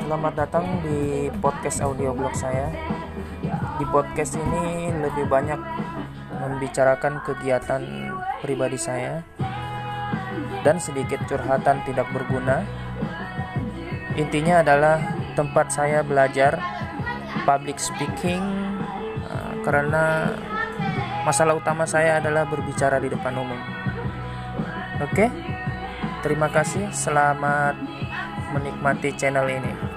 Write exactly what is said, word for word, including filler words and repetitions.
Selamat datang di podcast audio blog saya. Di podcast ini lebih banyak membicarakan kegiatan pribadi saya dan sedikit curhatan tidak berguna. Intinya adalah tempat saya belajar public speaking, karena masalah utama saya adalah berbicara di depan umum. Oke, terima kasih. Selamat menikmati channel ini.